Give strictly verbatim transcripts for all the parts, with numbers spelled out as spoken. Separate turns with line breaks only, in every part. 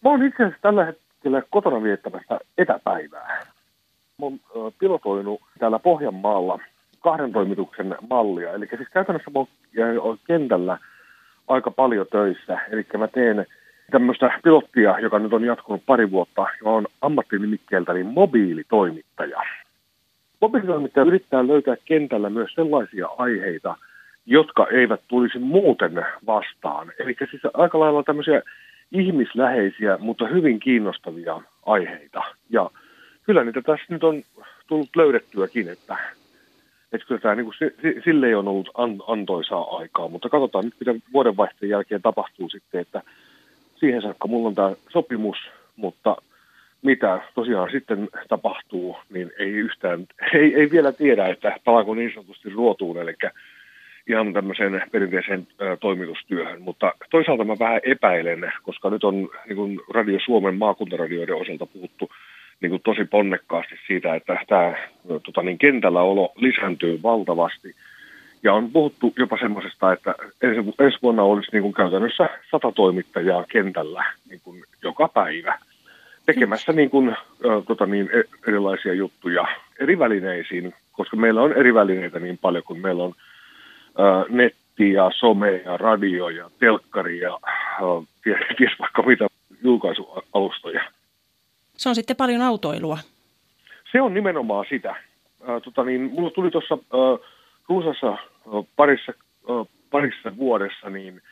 Mä oon itse asiassa tällä hetkellä kotona viettämässä etäpäivää. Mä oon äh, pilotoinut täällä Pohjanmaalla kahden toimituksen mallia. Eli siis käytännössä mä oon kentällä aika paljon töissä. Eli mä teen tämmöistä pilottia, joka nyt on jatkunut pari vuotta. Mä oon ammattinimikkeeltäni mobiilitoimittaja. Mobiilitoimittaja yrittää löytää kentällä myös sellaisia aiheita, jotka eivät tulisi muuten vastaan. Eli siis aika lailla tämmöisiä ihmisläheisiä, mutta hyvin kiinnostavia aiheita. Ja kyllä niitä tässä nyt on tullut löydettyäkin, että, että kyllä tämä niin kuin, sille ei ole ollut antoisaa aikaa. Mutta katsotaan nyt, mitä vuodenvaihteen jälkeen tapahtuu sitten, että siihen saakka mulla on tämä sopimus, mutta mitä tosiaan sitten tapahtuu, niin ei yhtään, ei, ei vielä tiedä, että palaako niin sanotusti ruotuun, eli ihan tämmöiseen perinteiseen ä, toimitustyöhön. Mutta toisaalta mä vähän epäilen, koska nyt on niin kuin Radio Suomen maakuntaradioiden osalta puhuttu niin kuin tosi ponnekkaasti siitä, että tämä tota, niin kentällä olo lisääntyy valtavasti. Ja on puhuttu jopa semmoisesta, että ensi, ensi vuonna olisi niin kuin käytännössä sata toimittajaa kentällä niin kuin joka päivä tekemässä niin kuin, ä, tota niin, erilaisia juttuja eri välineisiin, koska meillä on eri välineitä niin paljon kuin meillä on ä, netti ja some ja radio ja telkkari ja ä, ties, ties vaikka mitä julkaisualustoja.
Se on sitten paljon autoilua.
Se on nimenomaan sitä. Ä, tota niin, mulla tuli tuossa runsassa parissa, ä, parissa vuodessa niin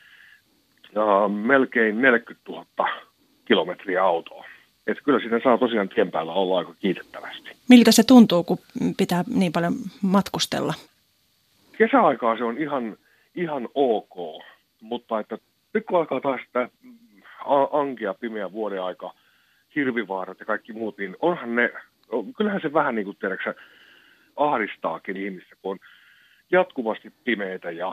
ä, melkein neljäkymmentätuhatta kilometriä autoa. Että kyllä siinä saa tosiaan tien päällä olla aika kiitettävästi.
Miltä se tuntuu, kun pitää niin paljon matkustella?
Kesäaikaa se on ihan, ihan ok, mutta että pikku alkaa taas sitä ankea, pimeä vuoden aika, hirvivaarat ja kaikki muut, niin onhan ne, kyllähän se vähän niin kuin tiedäksä ahdistaakin ihmistä, kun on jatkuvasti pimeitä ja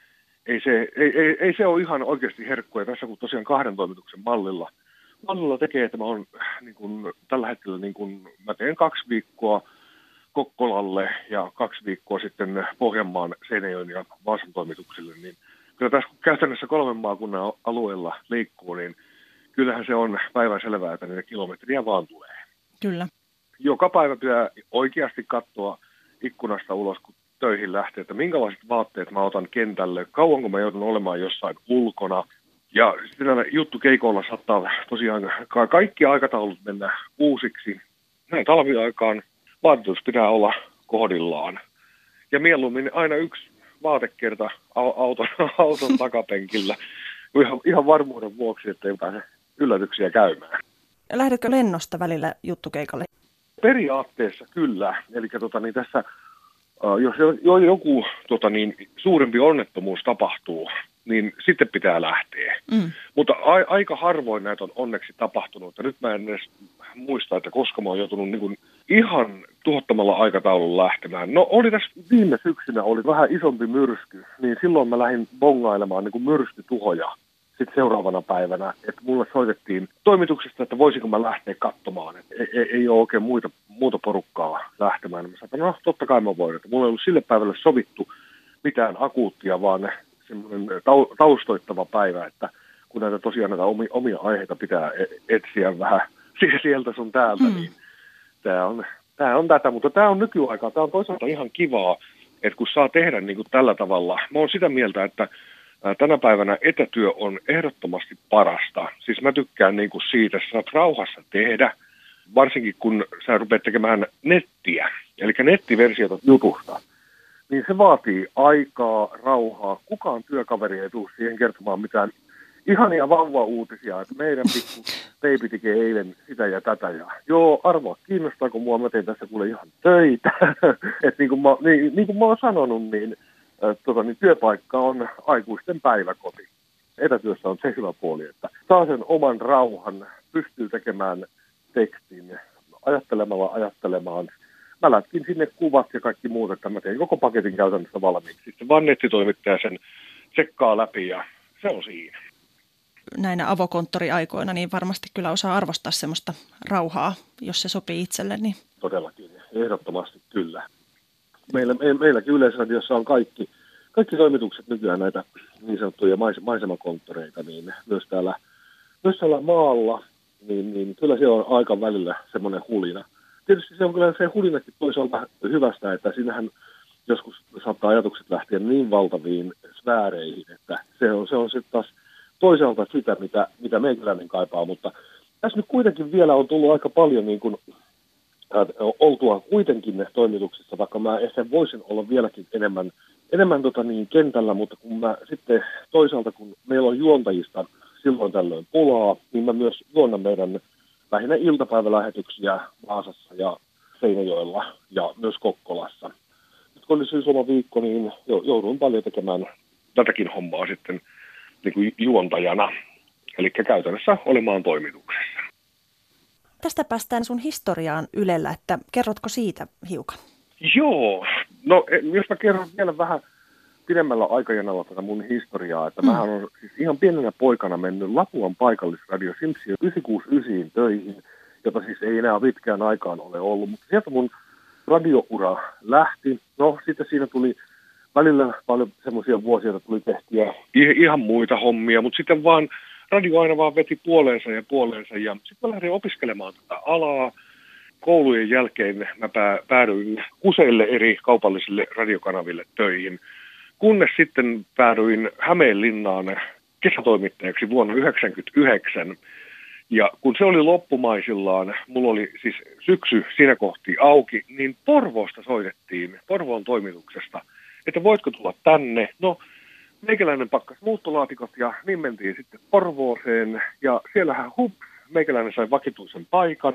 ei se, ei, ei, ei se ole ihan oikeasti herkkuja tässä, kun tosiaan kahden toimituksen mallilla Mallilla tekee, että mä oon niin kun, tällä hetkellä, niin kun, mä teen kaksi viikkoa Kokkolalle ja kaksi viikkoa sitten Pohjanmaan, Seinäjoen ja Vaasan toimituksille, niin kyllä tässä kun käytännössä kolmen maakunnan alueella liikkuu, niin kyllähän se on päivän selvää, että niitä kilometriä vaan tulee.
Kyllä.
Joka päivä pitää oikeasti katsoa ikkunasta ulos, kun töihin lähtee, että minkälaiset vaatteet mä otan kentälle, kauanko mä joudun olemaan jossain ulkona. Ja sitten näillä juttukeikoilla saattaa tosiaan kaikki aikataulut mennä uusiksi. Näin talviaikaan vaatetus pitää olla kohdillaan. Ja mieluummin aina yksi vaatekerta auton, auton takapenkillä. Ihan, ihan varmuuden vuoksi, että ei pääse yllätyksiä käymään.
Lähdetkö lennosta välillä juttukeikalle?
Periaatteessa kyllä. Eli tota, niin tässä, jos jo joku tota, niin, suurempi onnettomuus tapahtuu, niin sitten pitää lähteä. Mm. Mutta a- aika harvoin näitä on onneksi tapahtunut. Ja nyt mä en edes muista, että koska mä oon joutunut niin kuin ihan tuhottomalla aikataululla lähtemään. No oli tässä viime syksynä oli vähän isompi myrsky, niin silloin mä lähdin bongailemaan niin kuin myrskytuhoja sitten seuraavana päivänä. Että mulle soitettiin toimituksesta, että voisinko mä lähteä katsomaan. Että ei, ei, ei ole oikein muita, muuta porukkaa lähtemään. Mä sanoin, että no totta kai mä voin. Että mulla ei ollut sille päivälle sovittu mitään akuuttia, vaan semmoinen taustoittava päivä, että kun näitä tosiaan näitä omia, omia aiheita pitää etsiä vähän sieltä sun täältä, mm. niin tämä on, tämä on tätä, mutta tämä on nykyaikaa, tämä on toisaalta ihan kivaa, että kun saa tehdä niin kuin tällä tavalla. Mä oon sitä mieltä, että tänä päivänä etätyö on ehdottomasti parasta. Siis mä tykkään niin kuin siitä, että saat rauhassa tehdä, varsinkin kun sä rupeat tekemään nettiä, eli nettiversiota jutusta. Niin se vaatii aikaa, rauhaa. Kukaan työkaveri ei tule siihen kertomaan mitään ihania vauva-uutisia, että meidän pikku teipi tekee eilen sitä ja tätä. Ja joo, arvoa, kiinnostaako mua, mä teen tässä kuule ihan töitä. Että niin kuin mä, niin, niin kuin mä oon sanonut, niin, äh, tota, niin työpaikka on aikuisten päiväkoti. Etätyössä on se hyvä puoli, että saa sen oman rauhan, pystyy tekemään tekstin, ajattelemalla ajattelemaan. Mä lätkin sinne kuvat ja kaikki muut, että mä tein koko paketin käytännössä valmiiksi. Sitten vaan nettitoimittaja sen tsekkaa läpi ja se on siinä.
Näinä avokonttoriaikoina niin varmasti kyllä osaa arvostaa semmoista rauhaa, jos se sopii itselle. Niin.
Todellakin, ehdottomasti kyllä. Meillä, me, meilläkin Yleisradiossa on kaikki, kaikki toimitukset nykyään näitä niin sanottuja mais, maisemakonttoreita, niin myös täällä, myös täällä maalla niin, niin kyllä se on aika välillä semmoinen hulina. Tietysti se on kyllä se hulinakin toisaalta hyvästä, että siinähän joskus saattaa ajatukset lähteä niin valtaviin sfääreihin, että se on, se on sitten taas toisaalta sitä, mitä, mitä meikäläinen kaipaa, mutta tässä nyt kuitenkin vielä on tullut aika paljon niin kuin, äh, oltua kuitenkin toimituksissa, vaikka mä ehkä voisin olla vieläkin enemmän, enemmän tota niin, kentällä, mutta kun mä sitten toisaalta, kun meillä on juontajista silloin tällöin pulaa, niin mä myös juonnan meidän lähinnä iltapäivälähetyksiä Vaasassa ja Seinäjoella ja myös Kokkolassa. Nyt kun oli syyslomaviikko, niin joudun paljon tekemään tätäkin hommaa sitten niin kuin juontajana, eli käytännössä olemaan toimituksessa.
Tästä päästään sun historiaan Ylellä, että kerrotko siitä hiukan? Joo,
no jos mä kerron vielä vähän pidemmällä aikajanalla tätä mun historiaa, että mm. mähän on siis ihan pienenä poikana mennyt Lapuan paikallisradio Simpsio yhdeksänsataakuusikymmentäyhdeksän töihin, jota siis ei enää pitkään aikaan ole ollut, mutta sieltä mun radioura lähti. No sitten siinä tuli välillä paljon semmoisia vuosia, että tuli tehtyä ihan muita hommia, mutta sitten vaan radio aina vaan veti puoleensa ja puoleensa ja sitten mä lähdin opiskelemaan tätä alaa. Koulujen jälkeen mä päädyin useille eri kaupallisille radiokanaville töihin, kunnes sitten päädyin Hämeenlinnaan kesätoimittajaksi vuonna yhdeksänkymmentäyhdeksän. Ja kun se oli loppumaisillaan, mulla oli siis syksy siinä kohti auki, niin Porvoosta soitettiin, Porvoon toimituksesta, että voitko tulla tänne. No, meikäläinen pakkas muuttolaatikot ja niin mentiin sitten Porvooseen ja siellähän hups, meikäläinen sai vakituisen paikan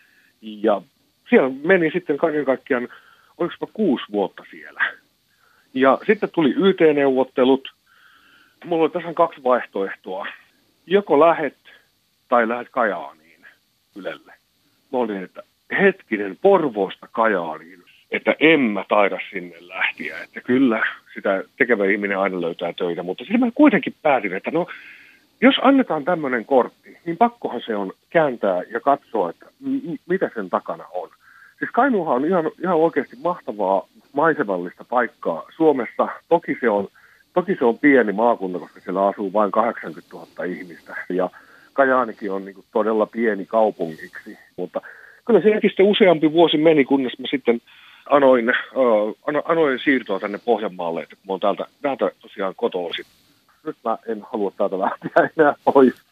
ja siellä meni sitten kaiken kaikkiaan, oliko kuusi vuotta siellä. Ja sitten tuli Y T-neuvottelut. Mulla oli tässä kaksi vaihtoehtoa. Joko lähet tai lähet Kajaaniin Ylelle. Mä olin, että hetkinen Porvoosta Kajaaniin, että en mä taida sinne lähteä. Että kyllä sitä tekevä ihminen aina löytää töitä, mutta sitten mä kuitenkin päätin, että no jos annetaan tämmöinen kortti, niin pakkohan se on kääntää ja katsoa, että m- mitä sen takana on. Siis Kainuuhan on ihan, ihan oikeasti mahtavaa maisemallista paikkaa Suomessa. Toki se on, toki se on pieni maakunta, koska siellä asuu vain kahdeksankymmentätuhatta ihmistä. Ja Kajaanikin on niin kuin todella pieni kaupungiksi. Mutta kyllä siinäkin sitten useampi vuosi meni, kunnes mä sitten anoin, äh, anoin siirtoa tänne Pohjanmaalle, että kun mä oon täältä, täältä tosiaan kotoisin. Nyt mä en halua täältä lähteä enää pois.